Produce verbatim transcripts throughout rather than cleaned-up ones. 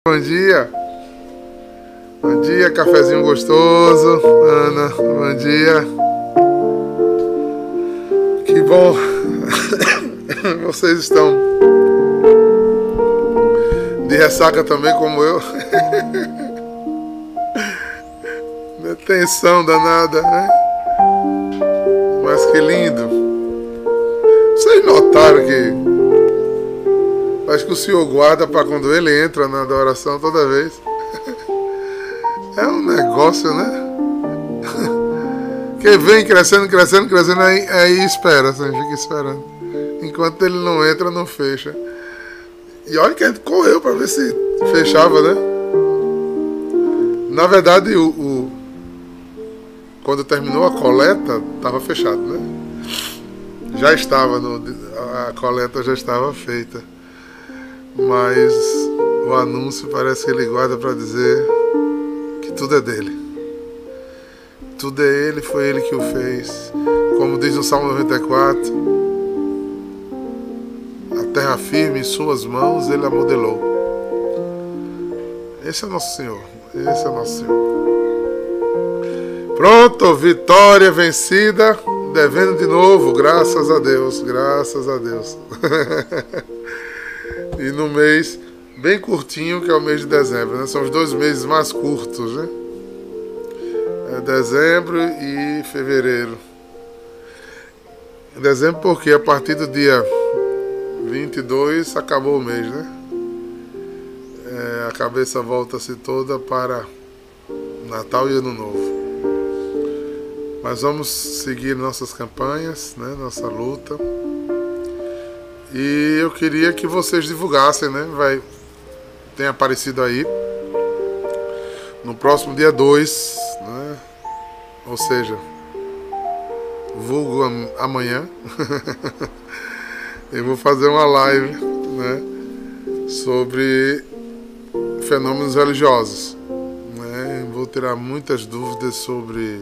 Bom dia. Bom dia, cafezinho gostoso. Ana, bom dia. Que bom. Vocês estão de ressaca também como eu. Tensão danada, né? Mas que lindo. Vocês notaram que acho que o Senhor guarda para quando ele entra na adoração toda vez. É um negócio, né? Que vem crescendo, crescendo, crescendo, aí, aí espera, assim, fica esperando. Enquanto ele não entra, não fecha. E olha que a gente correu para ver se fechava, né? Na verdade, o, o quando terminou a coleta, estava fechado, né? Já estava, no, a coleta já estava feita. Mas o anúncio parece que ele guarda para dizer que tudo é dele. Tudo é ele, foi ele que o fez. Como diz no Salmo noventa e quatro, a terra firme em suas mãos ele a modelou. Esse é o nosso Senhor. Esse é o nosso Senhor. Pronto, vitória vencida, devendo de novo, graças a Deus, graças a Deus. E no mês bem curtinho, que é o mês de dezembro, né? São os dois meses mais curtos, né? É dezembro e fevereiro. Dezembro porque a partir do dia vinte e dois acabou o mês, né? É, a cabeça volta-se toda para Natal e Ano Novo. Mas vamos seguir nossas campanhas, né? Nossa luta. E eu queria que vocês divulgassem, né? Vai, tem aparecido aí no próximo dia dois, né? Ou seja, vulgo amanhã. Eu vou fazer uma live, né? Sobre fenômenos religiosos, né? Vou tirar muitas dúvidas sobre.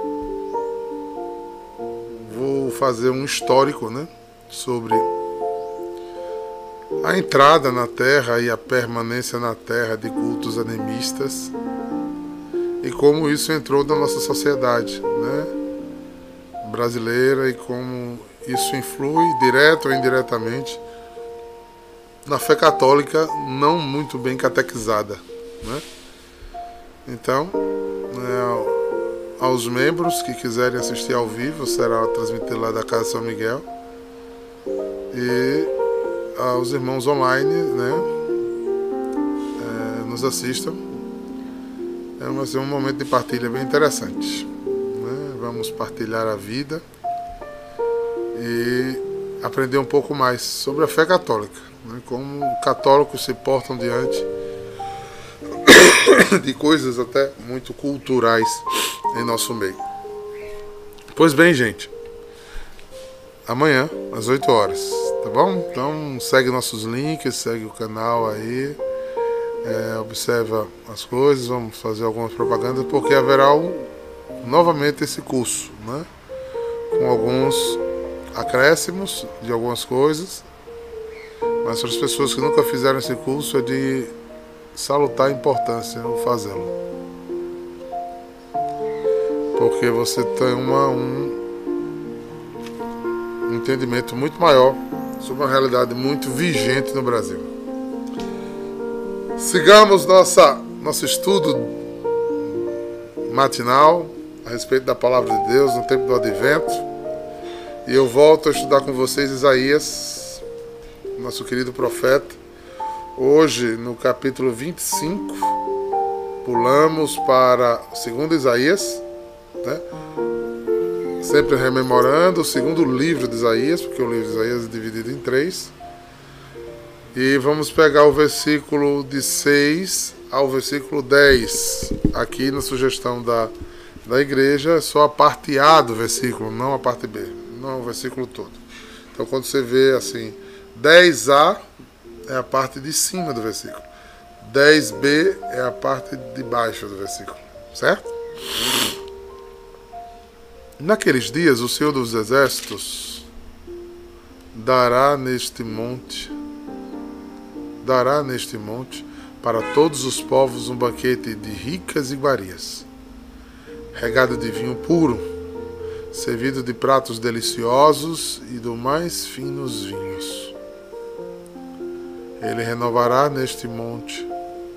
Vou fazer um histórico, né? Sobre a entrada na Terra e a permanência na Terra de cultos animistas e como isso entrou na nossa sociedade, né, brasileira, e como isso influi, direto ou indiretamente, na fé católica não muito bem catequizada, né? Então, é, aos membros que quiserem assistir ao vivo, será transmitido lá da Casa São Miguel, e aos irmãos online, né, é, nos assistam. É um, assim, um momento de partilha bem interessante, né? Vamos partilhar a vida e aprender um pouco mais sobre a fé católica, né? Como católicos se portam diante de coisas até muito culturais em nosso meio. Pois bem, gente, amanhã às oito horas, tá bom? Então segue nossos links, segue o canal aí, é, observa as coisas, vamos fazer algumas propagandas, porque haverá um, novamente esse curso, né? Com alguns acréscimos de algumas coisas, mas para as pessoas que nunca fizeram esse curso é de salutar a importância o fazê-lo, porque você tem uma, um um entendimento muito maior sobre uma realidade muito vigente no Brasil. Sigamos nossa, nosso estudo matinal a respeito da Palavra de Deus no tempo do Advento. E eu volto a estudar com vocês Isaías, nosso querido profeta. Hoje, no capítulo vinte e cinco, pulamos para o segundo Isaías, né? Sempre rememorando o segundo livro de Isaías, porque o livro de Isaías é dividido em três. E vamos pegar o versículo de seis ao versículo dez. Aqui na sugestão da, da igreja, é só a parte A do versículo, não a parte B. Não o versículo todo. Então quando você vê assim, dez A é a parte de cima do versículo. dez B é a parte de baixo do versículo. Certo? Naqueles dias o Senhor dos Exércitos dará neste monte, dará neste monte para todos os povos um banquete de ricas iguarias, regado de vinho puro, servido de pratos deliciosos e do mais finos vinhos. Ele renovará neste monte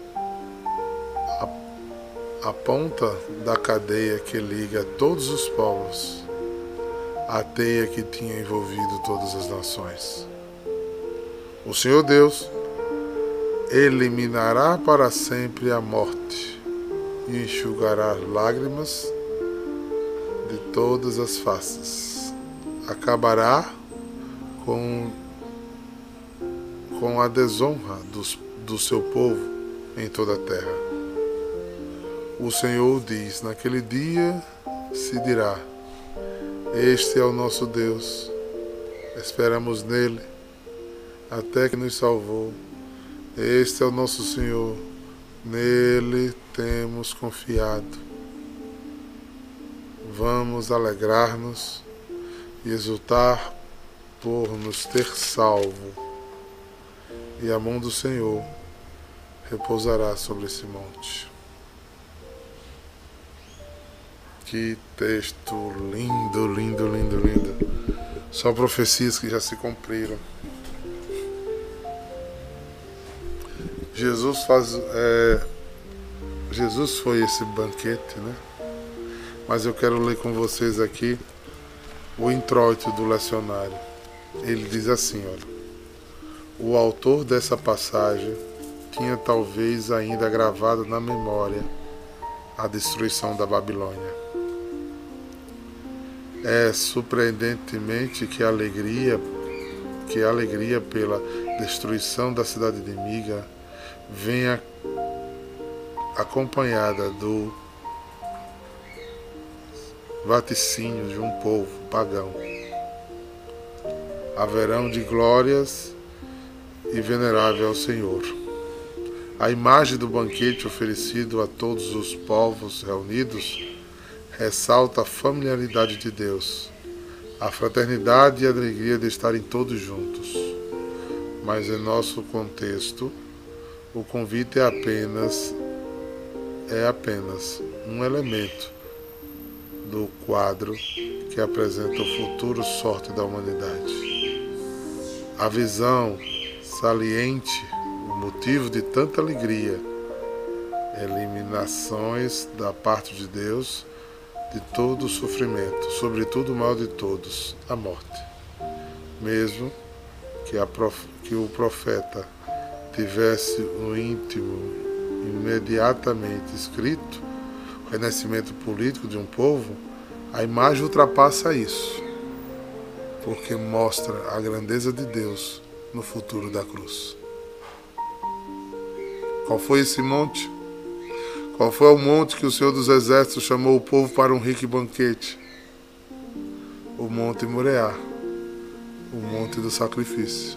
a, a ponta da cadeia que liga todos os povos, a teia que tinha envolvido todas as nações. O Senhor Deus eliminará para sempre a morte e enxugará as lágrimas de todas as faces. Acabará com, com a desonra dos, do seu povo em toda a terra. O Senhor diz: naquele dia se dirá: este é o nosso Deus, esperamos nele, até que nos salvou. Este é o nosso Senhor, nele temos confiado. Vamos alegrar-nos e exultar por nos ter salvo, e a mão do Senhor repousará sobre esse monte. Que texto lindo, lindo, lindo, lindo. Só profecias que já se cumpriram. Jesus faz, é, Jesus foi esse banquete, né? Mas eu quero ler com vocês aqui o introito do lecionário. Ele diz assim, olha: o autor dessa passagem tinha talvez ainda gravado na memória a destruição da Babilônia. É surpreendentemente que a alegria, que a alegria pela destruição da cidade inimiga venha acompanhada do vaticínio de um povo pagão. Haverão de glórias e venerável ao Senhor. A imagem do banquete oferecido a todos os povos reunidos ressalta a familiaridade de Deus, a fraternidade e a alegria de estarem todos juntos. Mas em nosso contexto, o convite é apenas, é apenas um elemento do quadro que apresenta o futuro sorte da humanidade. A visão saliente, o motivo de tanta alegria, eliminações da parte de Deus de todo o sofrimento, sobretudo o mal de todos, a morte. Mesmo que, a prof... que o profeta tivesse no íntimo imediatamente escrito o renascimento político de um povo, a imagem ultrapassa isso, porque mostra a grandeza de Deus no futuro da cruz. Qual foi esse monte? Qual foi o monte que o Senhor dos Exércitos chamou o povo para um rico banquete? O Monte Moriá, o monte do sacrifício.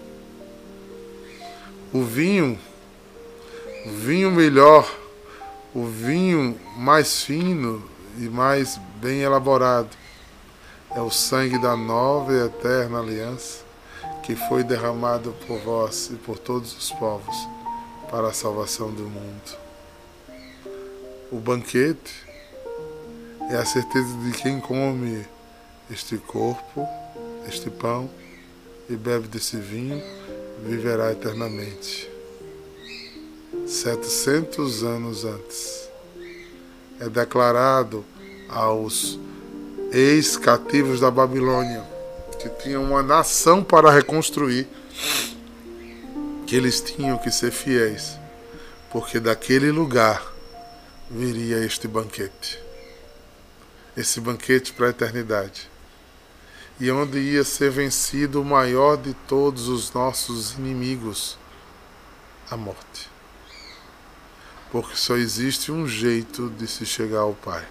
O vinho, o vinho melhor, o vinho mais fino e mais bem elaborado, é o sangue da nova e eterna aliança que foi derramado por vós e por todos os povos para a salvação do mundo. O banquete é a certeza de quem come este corpo, este pão e bebe desse vinho, viverá eternamente. Setecentos anos antes, é declarado aos ex-cativos da Babilônia, que tinham uma nação para reconstruir, que eles tinham que ser fiéis, porque daquele lugar viria este banquete, esse banquete para a eternidade, e onde ia ser vencido o maior de todos os nossos inimigos, a morte. Porque só existe um jeito de se chegar ao Pai,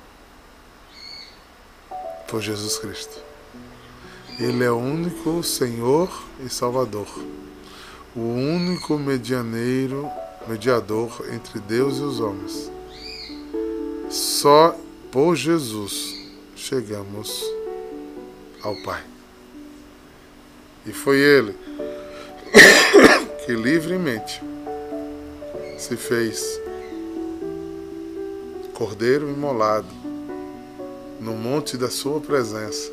por Jesus Cristo. Ele é o único Senhor e Salvador, o único medianeiro, mediador entre Deus e os homens. Só por Jesus chegamos ao Pai. E foi Ele que livremente se fez cordeiro imolado no monte da sua presença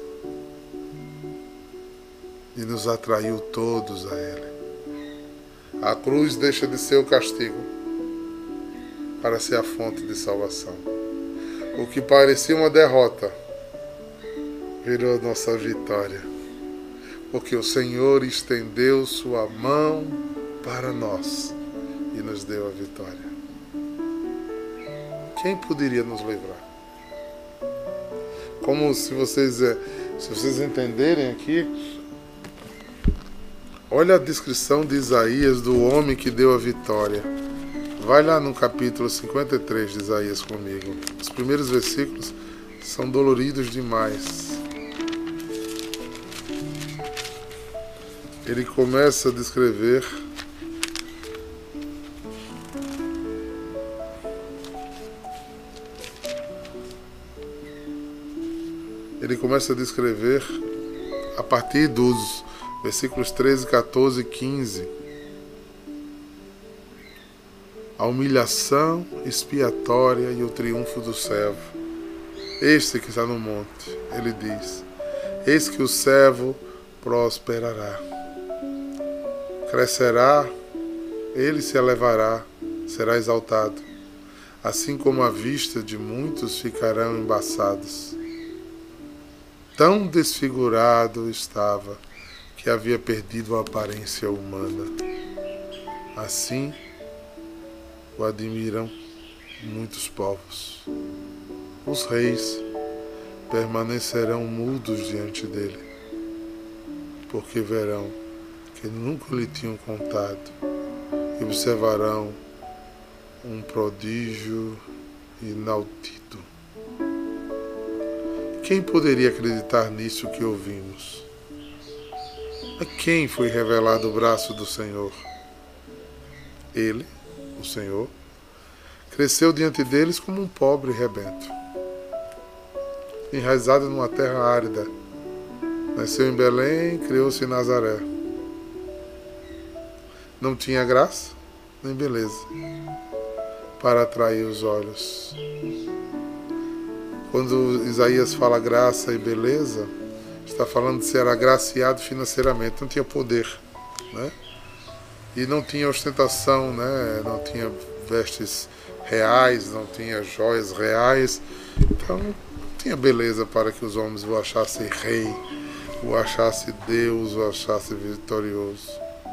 e nos atraiu todos a Ele. A cruz deixa de ser o castigo para ser a fonte de salvação. O que parecia uma derrota virou nossa vitória, porque o Senhor estendeu sua mão para nós e nos deu a vitória. Quem poderia nos livrar? Como se vocês, se vocês entenderem aqui, olha a descrição de Isaías do homem que deu a vitória. Vai lá no capítulo cinquenta e três de Isaías comigo. Os primeiros versículos são doloridos demais. Ele começa a descrever Ele começa a descrever a partir dos versículos treze, quatorze e quinze. A humilhação expiatória e o triunfo do servo. Este que está no monte, ele diz: eis que o servo prosperará. Crescerá, ele se elevará, será exaltado. Assim como a vista de muitos ficarão embaçados. Tão desfigurado estava que havia perdido a aparência humana. Assim o admiram muitos povos. Os reis permanecerão mudos diante dele, porque verão que nunca lhe tinham contado e observarão um prodígio inaudito. Quem poderia acreditar nisso que ouvimos? A quem foi revelado o braço do Senhor? Ele, o Senhor, cresceu diante deles como um pobre rebento, enraizado numa terra árida. Nasceu em Belém, criou-se em Nazaré. Não tinha graça nem beleza para atrair os olhos. Quando Isaías fala graça e beleza, está falando de ser agraciado financeiramente. Não tinha poder, né? E não tinha ostentação, né? Não tinha vestes reais, não tinha joias reais. Então não tinha beleza para que os homens o achassem rei, o achassem Deus, o achassem vitorioso,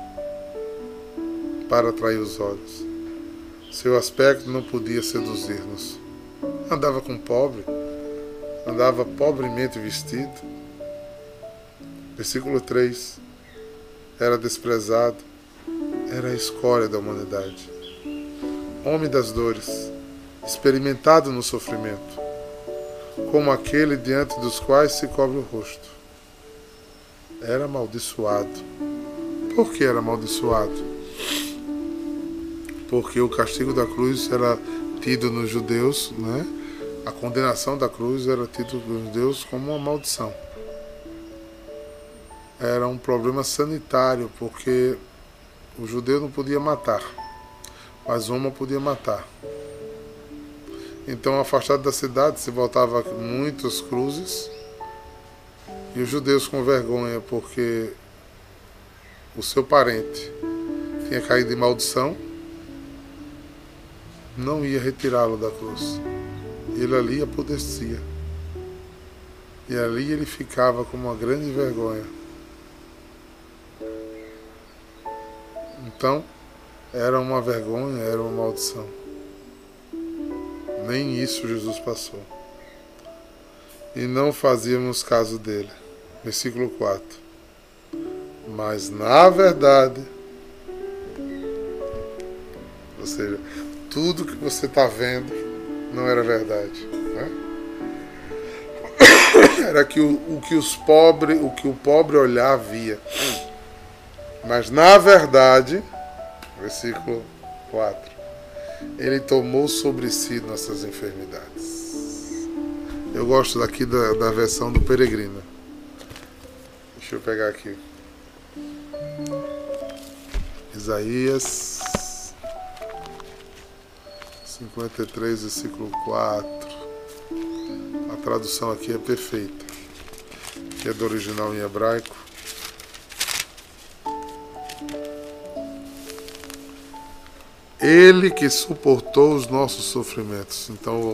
para atrair os olhos. Seu aspecto não podia seduzir-nos. Andava com pobre, andava pobremente vestido. Versículo três. Era desprezado, era a escória da humanidade. Homem das dores, experimentado no sofrimento, como aquele diante dos quais se cobre o rosto. Era amaldiçoado. Por que era amaldiçoado? Porque o castigo da cruz era tido nos judeus, né? A condenação da cruz era tido nos judeus como uma maldição. Era um problema sanitário, porque o judeu não podia matar, mas Roma podia matar. Então, afastado da cidade, se voltava muitas cruzes, e os judeus com vergonha, porque o seu parente tinha caído em maldição, não ia retirá-lo da cruz. Ele ali apodrecia. E ali ele ficava com uma grande vergonha. Então, era uma vergonha, era uma maldição. Nem isso Jesus passou. E não fazíamos caso dele. Versículo quatro. Mas na verdade, ou seja, tudo que você está vendo não era verdade, né? Era que o, o que os pobres, o que o pobre olhar via. Mas na verdade, versículo quatro, ele tomou sobre si nossas enfermidades. Eu gosto daqui da, da versão do Peregrino. Deixa eu pegar aqui. Isaías cinquenta e três, versículo quatro. A tradução aqui é perfeita, que é do original em hebraico. Ele que suportou os nossos sofrimentos. Então,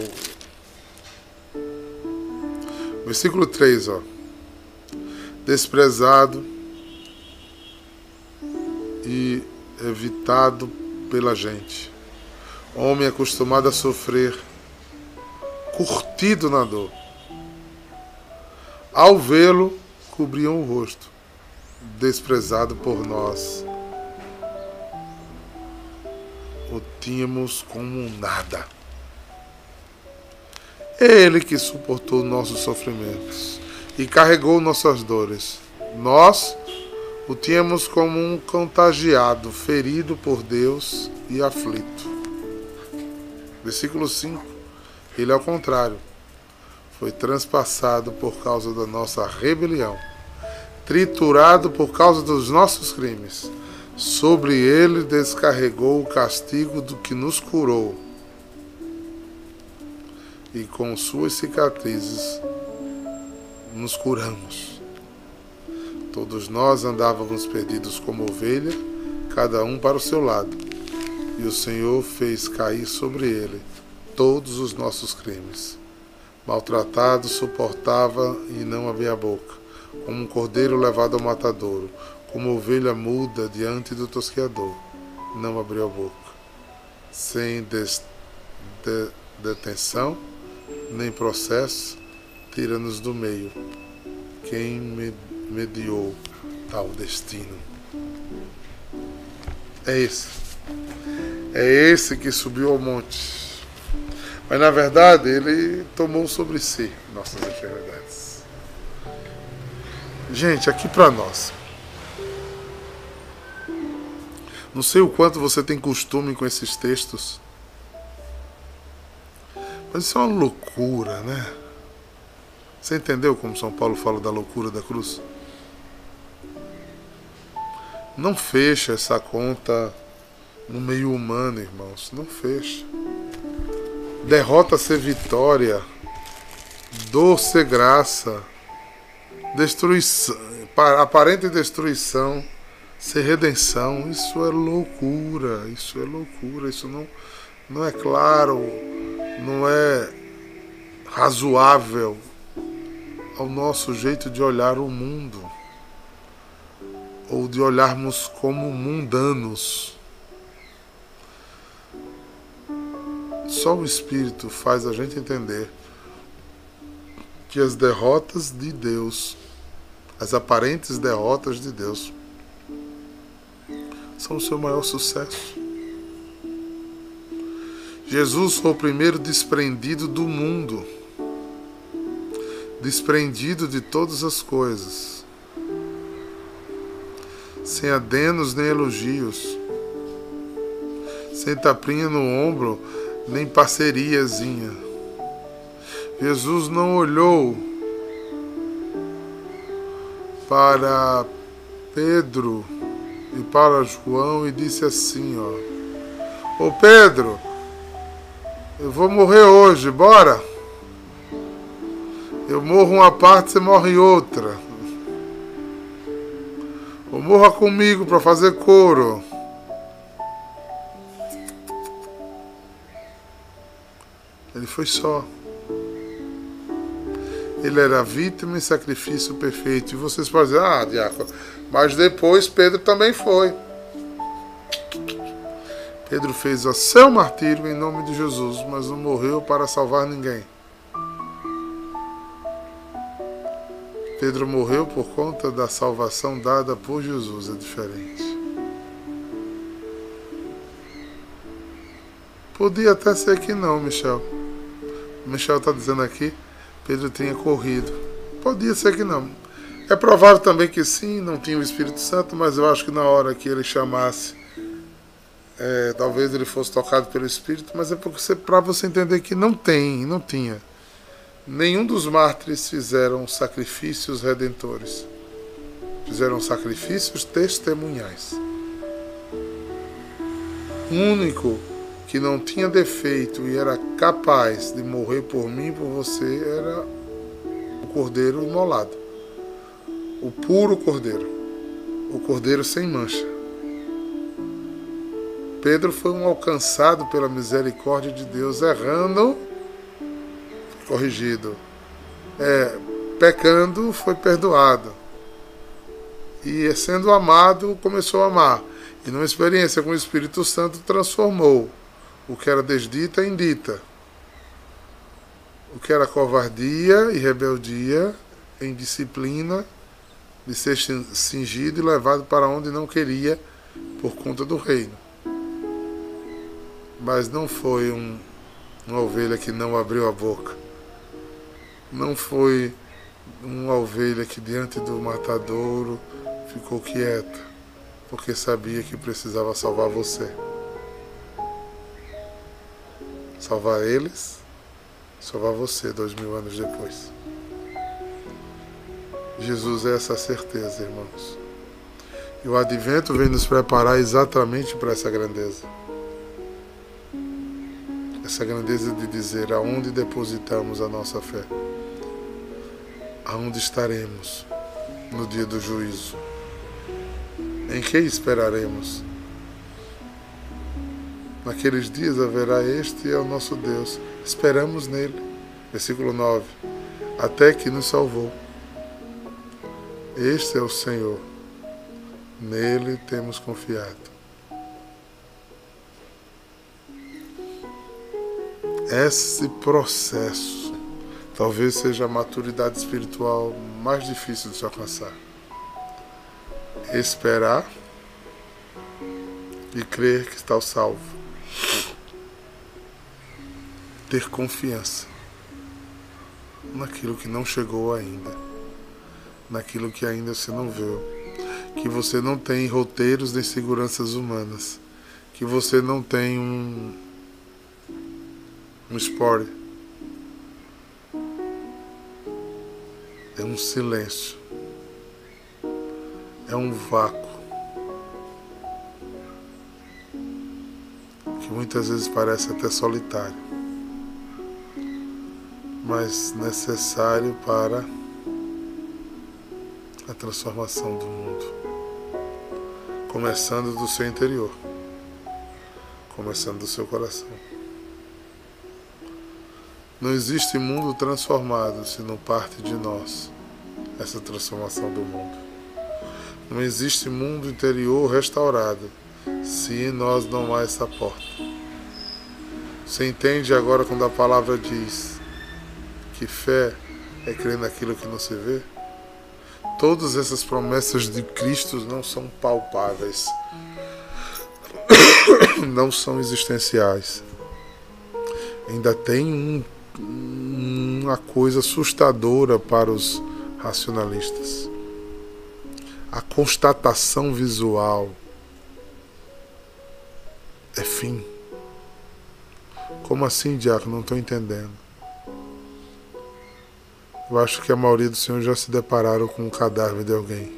versículo três, ó. Desprezado e evitado pela gente. Homem acostumado a sofrer, curtido na dor. Ao vê-lo, cobriam o rosto, desprezado por nós. O tínhamos como nada. É Ele que suportou nossos sofrimentos e carregou nossas dores. Nós o tínhamos como um contagiado, ferido por Deus e aflito. Versículo cinco. Ele, ao contrário, foi transpassado por causa da nossa rebelião, triturado por causa dos nossos crimes. Sobre ele descarregou o castigo do que nos curou, e com suas cicatrizes nos curamos. Todos nós andávamos perdidos como ovelha, cada um para o seu lado, e o Senhor fez cair sobre ele todos os nossos crimes. Maltratado, suportava e não abria a boca, como um cordeiro levado ao matadouro, como ovelha muda diante do tosqueador, não abriu a boca. Sem des, de, detenção, nem processo, tira-nos do meio. Quem me, mediou tal destino? É esse. É esse que subiu ao monte. Mas na verdade ele tomou sobre si nossas enfermidades. Gente, aqui para nós. Não sei o quanto você tem costume com esses textos, mas isso é uma loucura, né? Você entendeu como São Paulo fala da loucura da cruz? Não fecha essa conta no meio humano, irmãos. Não fecha. Derrota ser vitória, dor ser graça, destruição, aparente destruição ser redenção. Isso é loucura, isso é loucura, isso não, não é claro, não é razoável ao nosso jeito de olhar o mundo, ou de olharmos como mundanos. Só o Espírito faz a gente entender que as derrotas de Deus, as aparentes derrotas de Deus, são o seu maior sucesso. Jesus foi o primeiro desprendido do mundo, desprendido de todas as coisas, sem adenos nem elogios, sem tapinha no ombro, nem parceriazinha. Jesus não olhou para Pedro e para João e disse assim, ó: ô Pedro, eu vou morrer hoje, bora? Eu morro uma parte, você morre outra. Ou morra comigo para fazer coro. Ele foi só. Ele era vítima e sacrifício perfeito. E vocês podem dizer, ah, diácono, mas depois Pedro também foi. Pedro fez o seu martírio em nome de Jesus, mas não morreu para salvar ninguém. Pedro morreu por conta da salvação dada por Jesus, é diferente. Podia até ser que não, Michel. Michel está dizendo aqui, Pedro tinha corrido. Podia ser que não. É provável também que sim, não tinha o Espírito Santo, mas eu acho que na hora que ele chamasse, é, talvez ele fosse tocado pelo Espírito, mas é para você entender que não tem, não tinha. Nenhum dos mártires fizeram sacrifícios redentores. Fizeram sacrifícios testemunhais. O único que não tinha defeito e era capaz de morrer por mim e por você, era o cordeiro imolado. O puro cordeiro. O cordeiro sem mancha. Pedro foi um alcançado pela misericórdia de Deus, errando, corrigido. É, pecando, foi perdoado. E sendo amado, começou a amar. E numa experiência com o Espírito Santo, transformou o que era desdita em dita. O que era covardia e rebeldia em disciplina de ser cingido e levado para onde não queria por conta do reino. Mas não foi um, uma ovelha que não abriu a boca. Não foi uma ovelha que diante do matadouro ficou quieta, porque sabia que precisava salvar você. Salvar eles, salvar você dois mil anos depois. Jesus é essa certeza, irmãos. E o advento vem nos preparar exatamente para essa grandeza. Essa grandeza de dizer aonde depositamos a nossa fé. Aonde estaremos no dia do juízo. Em que esperaremos? Naqueles dias haverá este é o nosso Deus. Esperamos nele. Versículo nove. Até que nos salvou. Este é o Senhor. Nele temos confiado. Esse processo talvez seja a maturidade espiritual mais difícil de se alcançar. Esperar e crer que está salvo. Ter confiança naquilo que não chegou ainda, naquilo que ainda você não viu, que você não tem roteiros de seguranças humanas, que você não tem um, um spoiler. É um silêncio, é um vácuo, que muitas vezes parece até solitário, mas necessário para a transformação do mundo, começando do seu interior, começando do seu coração. Não existe mundo transformado se não parte de nós essa transformação do mundo. Não existe mundo interior restaurado se em nós não há essa porta. Você entende agora quando a palavra diz que fé é crer naquilo que não se vê? Todas essas promessas de Cristo não são palpáveis, não são existenciais. Ainda tem um, uma coisa assustadora para os racionalistas. A constatação visual é fim. Como assim, diácono? Não estou entendendo. Eu acho que a maioria dos senhores já se depararam com o cadáver de alguém.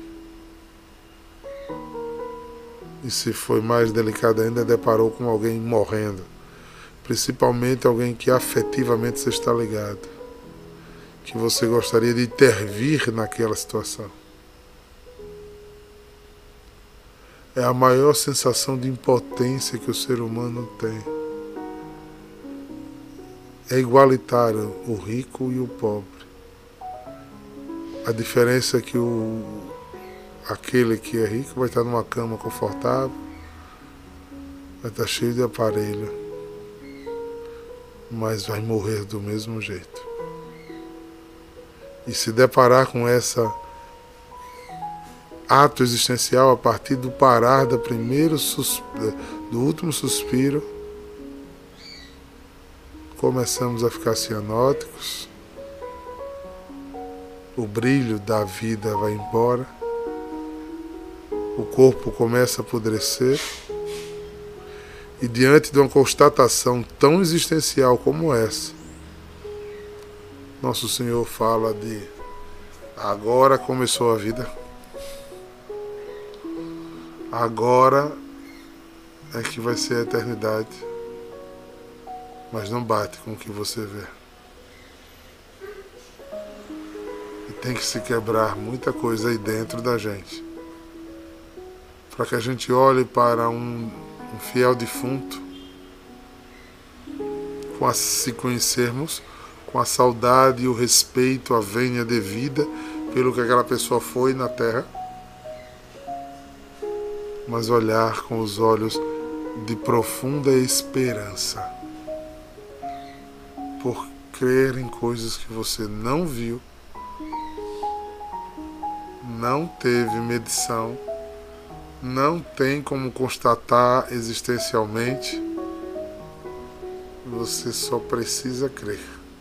E se foi mais delicado ainda, deparou com alguém morrendo. Principalmente alguém que afetivamente você está ligado. Que você gostaria de intervir naquela situação. É a maior sensação de impotência que o ser humano tem. É igualitário o rico e o pobre. A diferença é que o, aquele que é rico vai estar numa cama confortável, vai estar cheio de aparelho, mas vai morrer do mesmo jeito. E se deparar com essa ato existencial a partir do parar do primeiro suspiro, do último suspiro, começamos a ficar cianóticos, o brilho da vida vai embora, o corpo começa a apodrecer, e diante de uma constatação tão existencial como essa, nosso Senhor fala de agora começou a vida. Agora é que vai ser a eternidade. mas não bate com o que você vê. E tem que se quebrar muita coisa aí dentro da gente, para que a gente olhe para um, um fiel defunto, com a, se conhecermos, com a saudade e o respeito, a vênia devida pelo que aquela pessoa foi na terra, mas olhar com os olhos de profunda esperança, por crer em coisas que você não viu, não teve medição, não tem como constatar existencialmente. Você só precisa crer.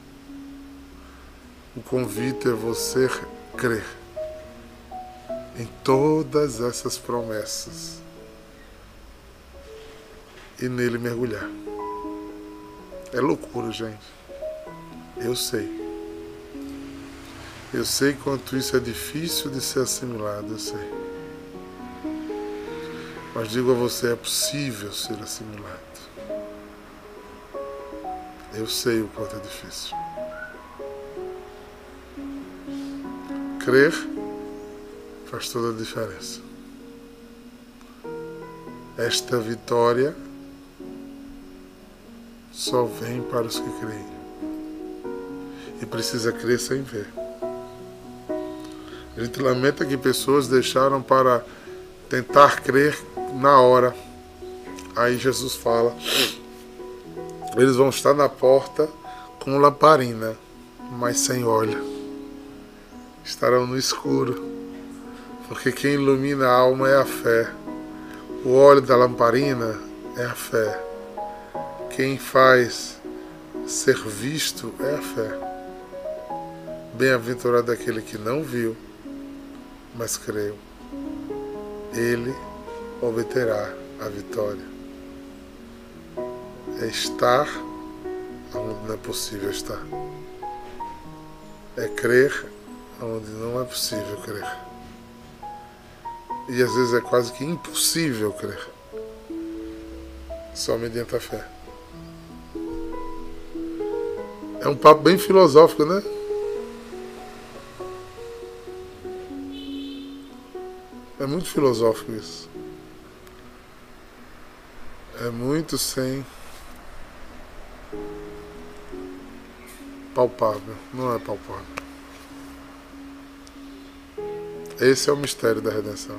O convite é você crer em todas essas promessas e nele mergulhar. É loucura, gente. Eu sei. Eu sei quanto isso é difícil de ser assimilado, eu sei. Mas digo a você, é possível ser assimilado. Eu sei o quanto é difícil. Crer faz toda a diferença. Esta vitória só vem para os que creem. E precisa crer sem ver. A gente lamenta que pessoas deixaram para tentar crer na hora. Aí Jesus fala: eles vão estar na porta com lamparina, mas sem óleo. Estarão no escuro, porque quem ilumina a alma é a fé. O óleo da lamparina é a fé. Quem faz ser visto é a fé. Bem-aventurado aquele que não viu, mas creu. Ele obterá a vitória. É estar onde não é possível estar. É crer onde não é possível crer. E às vezes é quase que impossível crer. Só mediante a fé. É um papo bem filosófico, né? É muito filosófico isso. É muito sem palpável. Não é palpável. Esse é o mistério da redenção.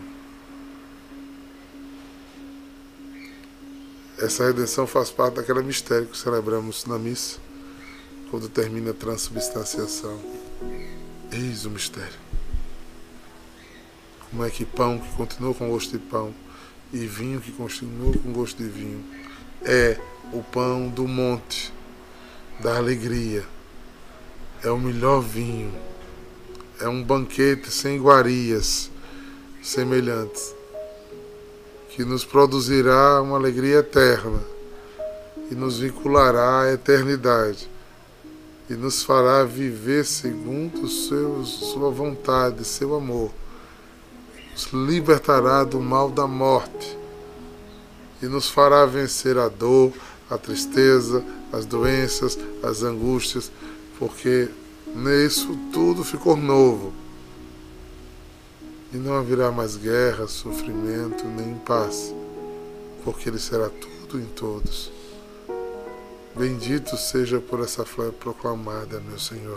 Essa redenção faz parte daquele mistério que celebramos na missa, quando termina a transubstanciação. Eis o mistério. Como é que pão que continuou com gosto de pão e vinho que continuou com gosto de vinho é o pão do monte, da alegria. É o melhor vinho. É um banquete sem iguarias semelhantes, que nos produzirá uma alegria eterna e nos vinculará à eternidade e nos fará viver segundo seu, sua vontade, seu amor. Nos libertará do mal da morte e nos fará vencer a dor, a tristeza, as doenças, as angústias, porque nisso tudo ficou novo. E não haverá mais guerra, sofrimento, nem paz, porque Ele será tudo em todos. Bendito seja por essa fé proclamada, meu Senhor.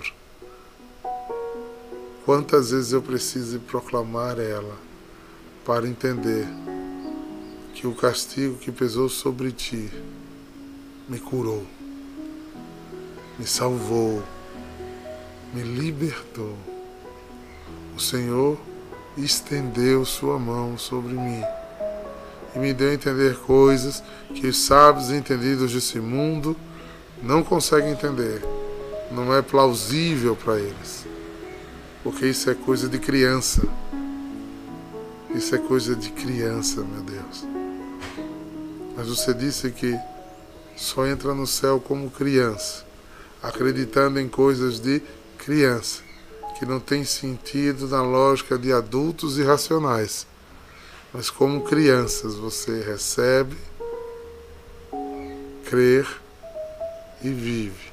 Quantas vezes eu preciso proclamar ela para entender que o castigo que pesou sobre ti me curou, me salvou, me libertou. O Senhor estendeu sua mão sobre mim e me deu a entender coisas que os sábios entendidos desse mundo não conseguem entender. Não é plausível para eles, porque isso é coisa de criança. Isso é coisa de criança, meu Deus. Mas você disse que só entra no céu como criança, acreditando em coisas de criança, que não tem sentido na lógica de adultos irracionais. Mas como crianças você recebe, crer e vive.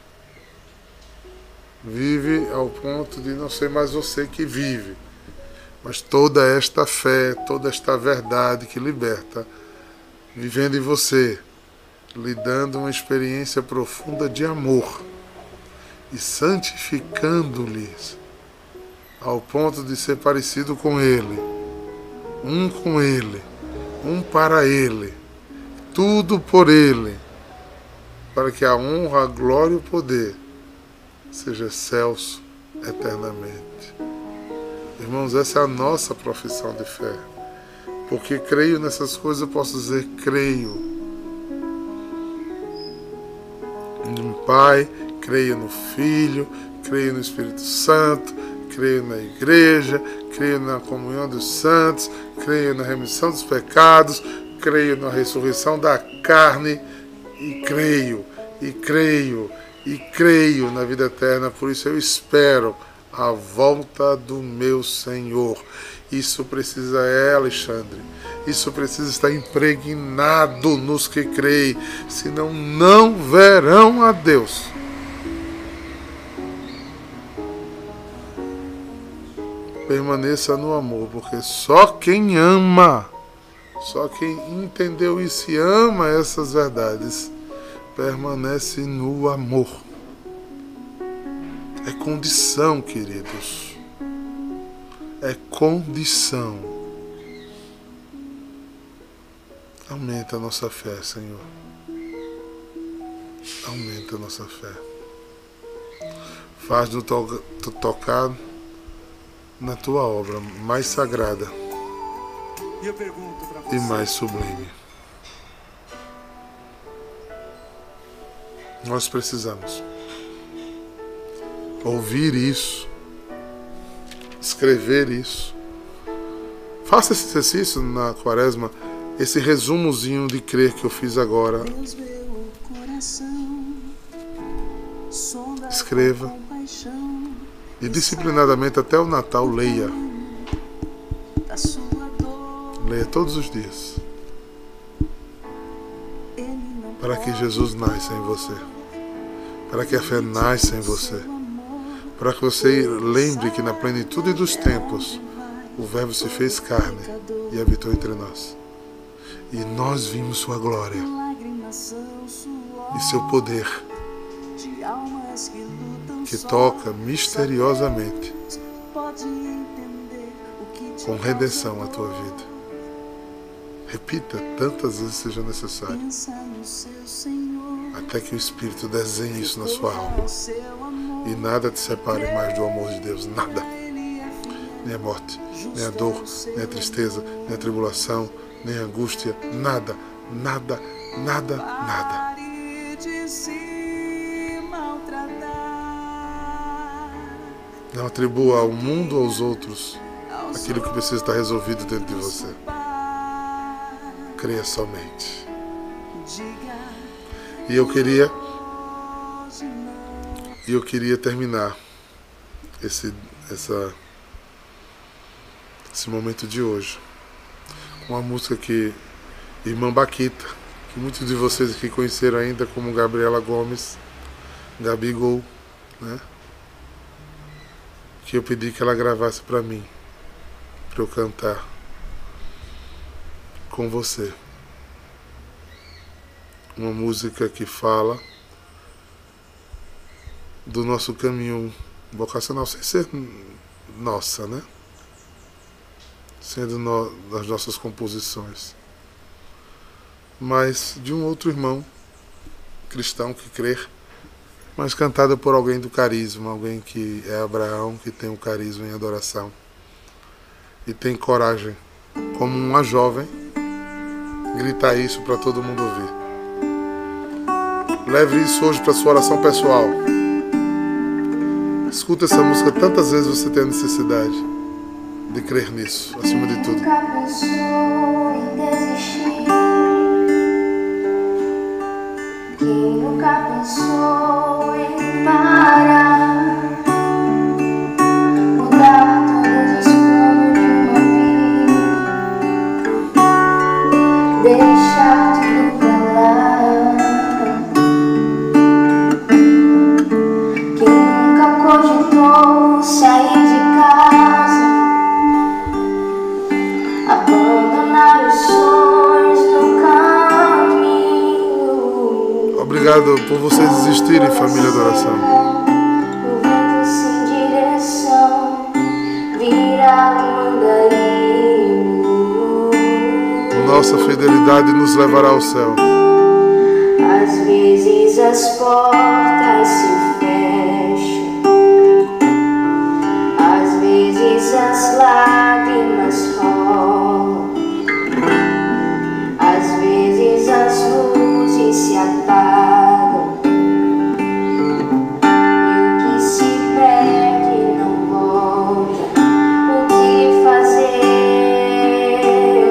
Vive ao ponto de não ser mais você que vive, mas toda esta fé, toda esta verdade que liberta, vivendo em você, lhe dando uma experiência profunda de amor e santificando-lhes ao ponto de ser parecido com Ele, um com Ele, um para Ele, tudo por Ele, para que a honra, a glória e o poder seja excelso eternamente. Irmãos, essa é a nossa profissão de fé. Porque creio nessas coisas, eu posso dizer, creio no Pai, creio no Filho, creio no Espírito Santo, creio na Igreja, creio na comunhão dos santos, creio na remissão dos pecados, creio na ressurreição da carne, e creio, e creio, e creio na vida eterna. Por isso eu espero a volta do meu Senhor. Isso precisa, é, Alexandre, isso precisa estar impregnado nos que creem, senão não verão a Deus. Permaneça no amor, porque só quem ama, só quem entendeu isso e ama essas verdades, permanece no amor. É condição, queridos. É condição. Aumenta a nossa fé, Senhor. Aumenta a nossa fé. Faz-nos to- tocar na tua obra mais sagrada e mais sublime. Nós precisamos ouvir isso, escrever isso. Faça esse exercício na quaresma, esse resumozinho de crer que eu fiz agora. Escreva e disciplinadamente até o Natal leia. Leia todos os dias, para que Jesus nasça em você, para que a fé nasça em você, para que você lembre que na plenitude dos tempos o Verbo se fez carne e habitou entre nós. E nós vimos sua glória e seu poder, que toca misteriosamente com redenção a tua vida. Repita tantas vezes seja necessário, até que o Espírito desenhe isso na sua alma e nada te separe mais do amor de Deus. Nada. Nem a morte, nem a dor, nem a tristeza, nem a tribulação, nem a angústia. Nada, nada, nada, nada. Não atribua ao mundo ou aos outros aquilo que precisa estar resolvido dentro de você. Creia somente. E eu queria E eu queria terminar esse, essa, esse momento de hoje com uma música que Irmã Baquita, que muitos de vocês aqui conheceram ainda como Gabriela Gomes, Gabigol, né? Que eu pedi que ela gravasse para mim, para eu cantar com você. Uma música que fala do nosso caminho vocacional, sem ser nossa, né? Sendo no, das nossas composições, mas de um outro irmão cristão que crer, mas cantada por alguém do carisma, alguém que é Abraão, que tem o carisma em adoração e tem coragem, como uma jovem, gritar isso para todo mundo ouvir. Leve isso hoje para sua oração pessoal. Escuta essa música tantas vezes você tem a necessidade de crer nisso, acima de tudo. Nunca pensou em desistir. Quem nunca pensou em parar, mudar todos os planos de uma vida, deixar tudo pra lá. desistir em família de oração. O vento sem direção vira mandarim. Nossa fidelidade nos levará ao céu. Às vezes as portas se fecham, às vezes as lágrimas rolam, às vezes as luzes se apagam, e o que se perde não volta. O que fazer?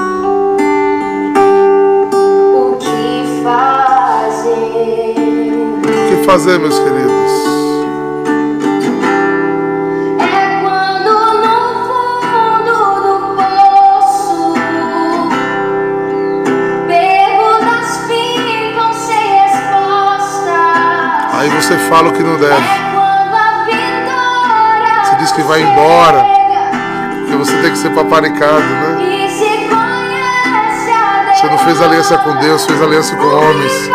O que fazer? O que fazer, meus queridos? É quando no fundo do poço perguntas ficam sem resposta. Aí você fala o que não deve. É quando a vitória Você diz que vai embora, chega porque você tem que ser paparicado, né? e se conhece a Deus. Você não fez aliança com Deus, fez aliança com homens.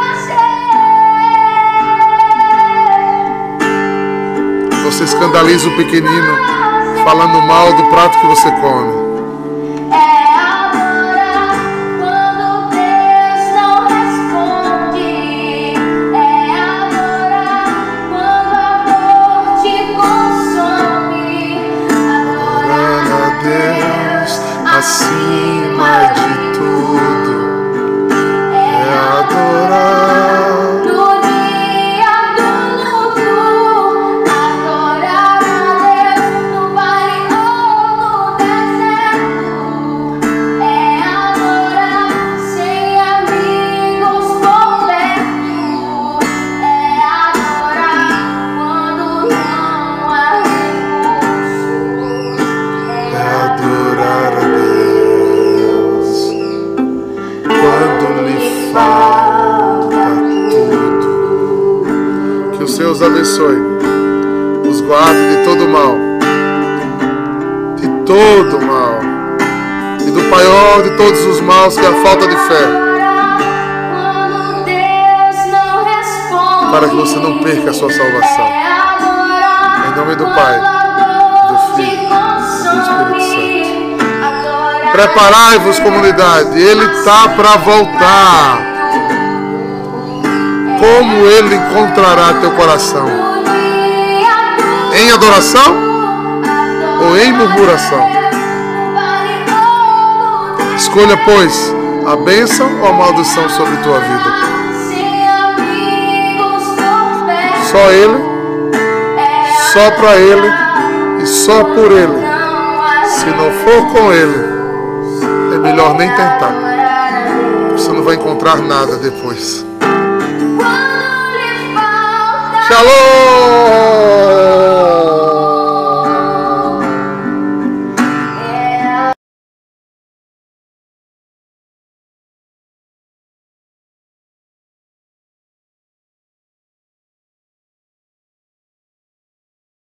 Você escandaliza o pequenino, falando mal do prato que você come. É adorar quando Deus não responde. É adorar quando a dor te consome. Adorar a Deus acima de tudo. É adorar. No dia do luto, adorar a Deus no vale ou no deserto. É adorar sem amigos por perto. É adorar quando não há recurso. É adorar a Deus quando lhe falta tudo. Que o Senhor os abençoe, os guarde de todo mal, de todo mal, e do maior de todos os maus, que é a falta de fé, Quando Deus não responde, para que você não perca a sua salvação. é adorar Em nome do Pai, do Filho e do Espírito Santo. Preparai-vos, comunidade, Ele está para voltar. Como Ele encontrará teu coração? Em adoração ou em murmuração? Escolha, pois, a bênção ou a maldição sobre tua vida. Só Ele, só para Ele e só por Ele. Se não for com Ele, é melhor nem tentar. Você não vai encontrar nada depois. Shalom!